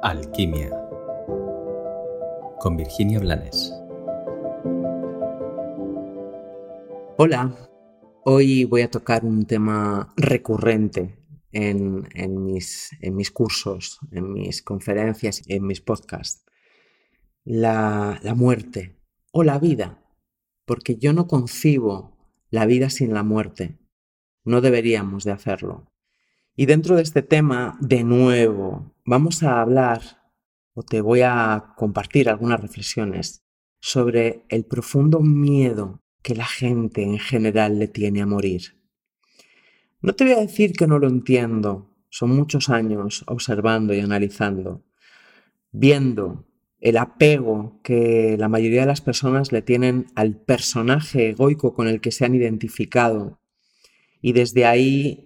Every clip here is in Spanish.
Alquimia con Virginia Blanes. Hola, hoy voy a tocar un tema recurrente en mis cursos, en mis conferencias, en mis podcasts. La muerte o la vida, porque yo no concibo la vida sin la muerte. No deberíamos de hacerlo. Y dentro de este tema, de nuevo, vamos a hablar, o te voy a compartir algunas reflexiones sobre el profundo miedo que la gente en general le tiene a morir. No te voy a decir que no lo entiendo, son muchos años observando y analizando, viendo el apego que la mayoría de las personas le tienen al personaje egoico con el que se han identificado, y desde ahí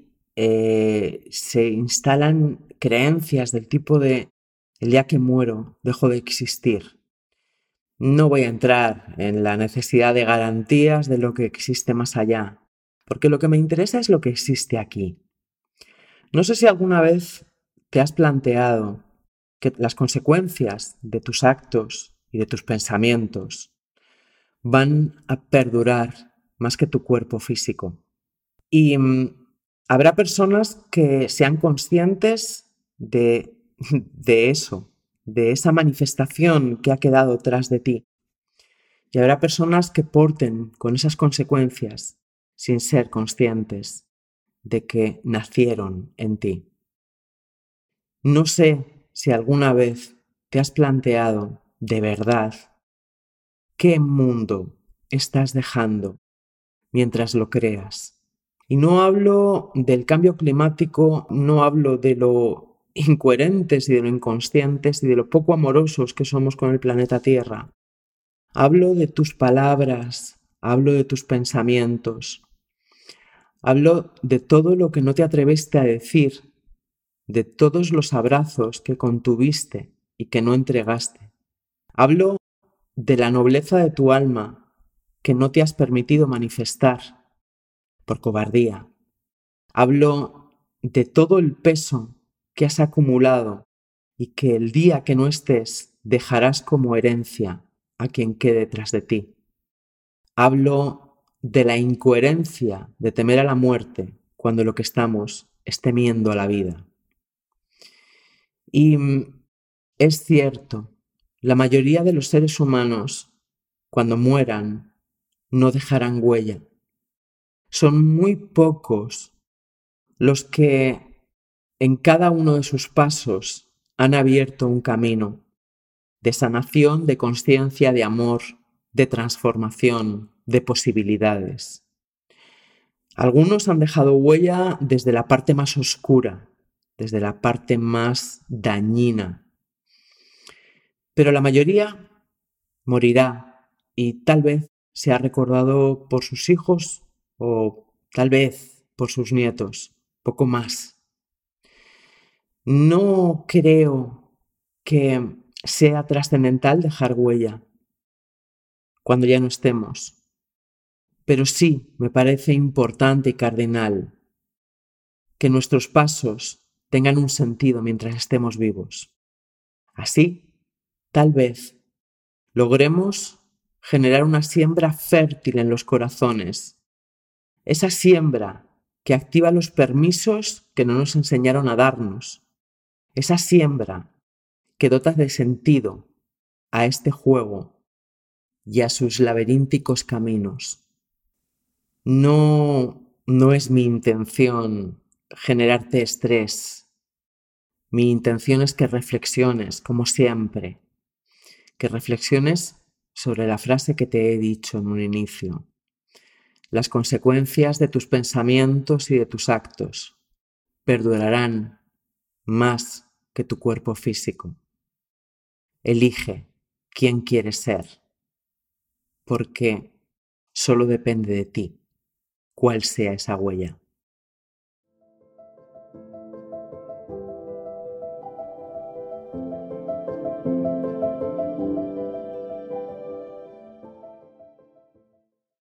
se instalan creencias del tipo de el día que muero dejo de existir. No voy a entrar en la necesidad de garantías de lo que existe más allá, porque lo que me interesa es lo que existe aquí. No sé si alguna vez te has planteado que las consecuencias de tus actos y de tus pensamientos van a perdurar más que tu cuerpo físico. Y habrá personas que sean conscientes de eso, de esa manifestación que ha quedado tras de ti. Y habrá personas que porten con esas consecuencias sin ser conscientes de que nacieron en ti. No sé si alguna vez te has planteado de verdad qué mundo estás dejando mientras lo creas. Y no hablo del cambio climático, no hablo de lo incoherentes y de lo inconscientes y de lo poco amorosos que somos con el planeta Tierra. Hablo de tus palabras, hablo de tus pensamientos, hablo de todo lo que no te atreviste a decir, de todos los abrazos que contuviste y que no entregaste. Hablo de la nobleza de tu alma que no te has permitido manifestar por cobardía. Hablo de todo el peso que has acumulado y que el día que no estés dejarás como herencia a quien quede tras de ti. Hablo de la incoherencia de temer a la muerte cuando lo que estamos es temiendo a la vida. Y es cierto, la mayoría de los seres humanos, cuando mueran, no dejarán huella. Son muy pocos los que en cada uno de sus pasos han abierto un camino de sanación, de conciencia, de amor, de transformación, de posibilidades. Algunos han dejado huella desde la parte más oscura, desde la parte más dañina, pero la mayoría morirá y tal vez sea recordado por sus hijos o tal vez por sus nietos, poco más. No creo que sea trascendental dejar huella cuando ya no estemos, pero sí me parece importante y cardinal que nuestros pasos tengan un sentido mientras estemos vivos. Así, tal vez, logremos generar una siembra fértil en los corazones, esa siembra que activa los permisos que no nos enseñaron a darnos, esa siembra que dota de sentido a este juego y a sus laberínticos caminos. No es mi intención generarte estrés. Mi intención es que reflexiones, como siempre, que reflexiones sobre la frase que te he dicho en un inicio. Las consecuencias de tus pensamientos y de tus actos perdurarán más que tu cuerpo físico. Elige quién quieres ser, porque solo depende de ti cuál sea esa huella.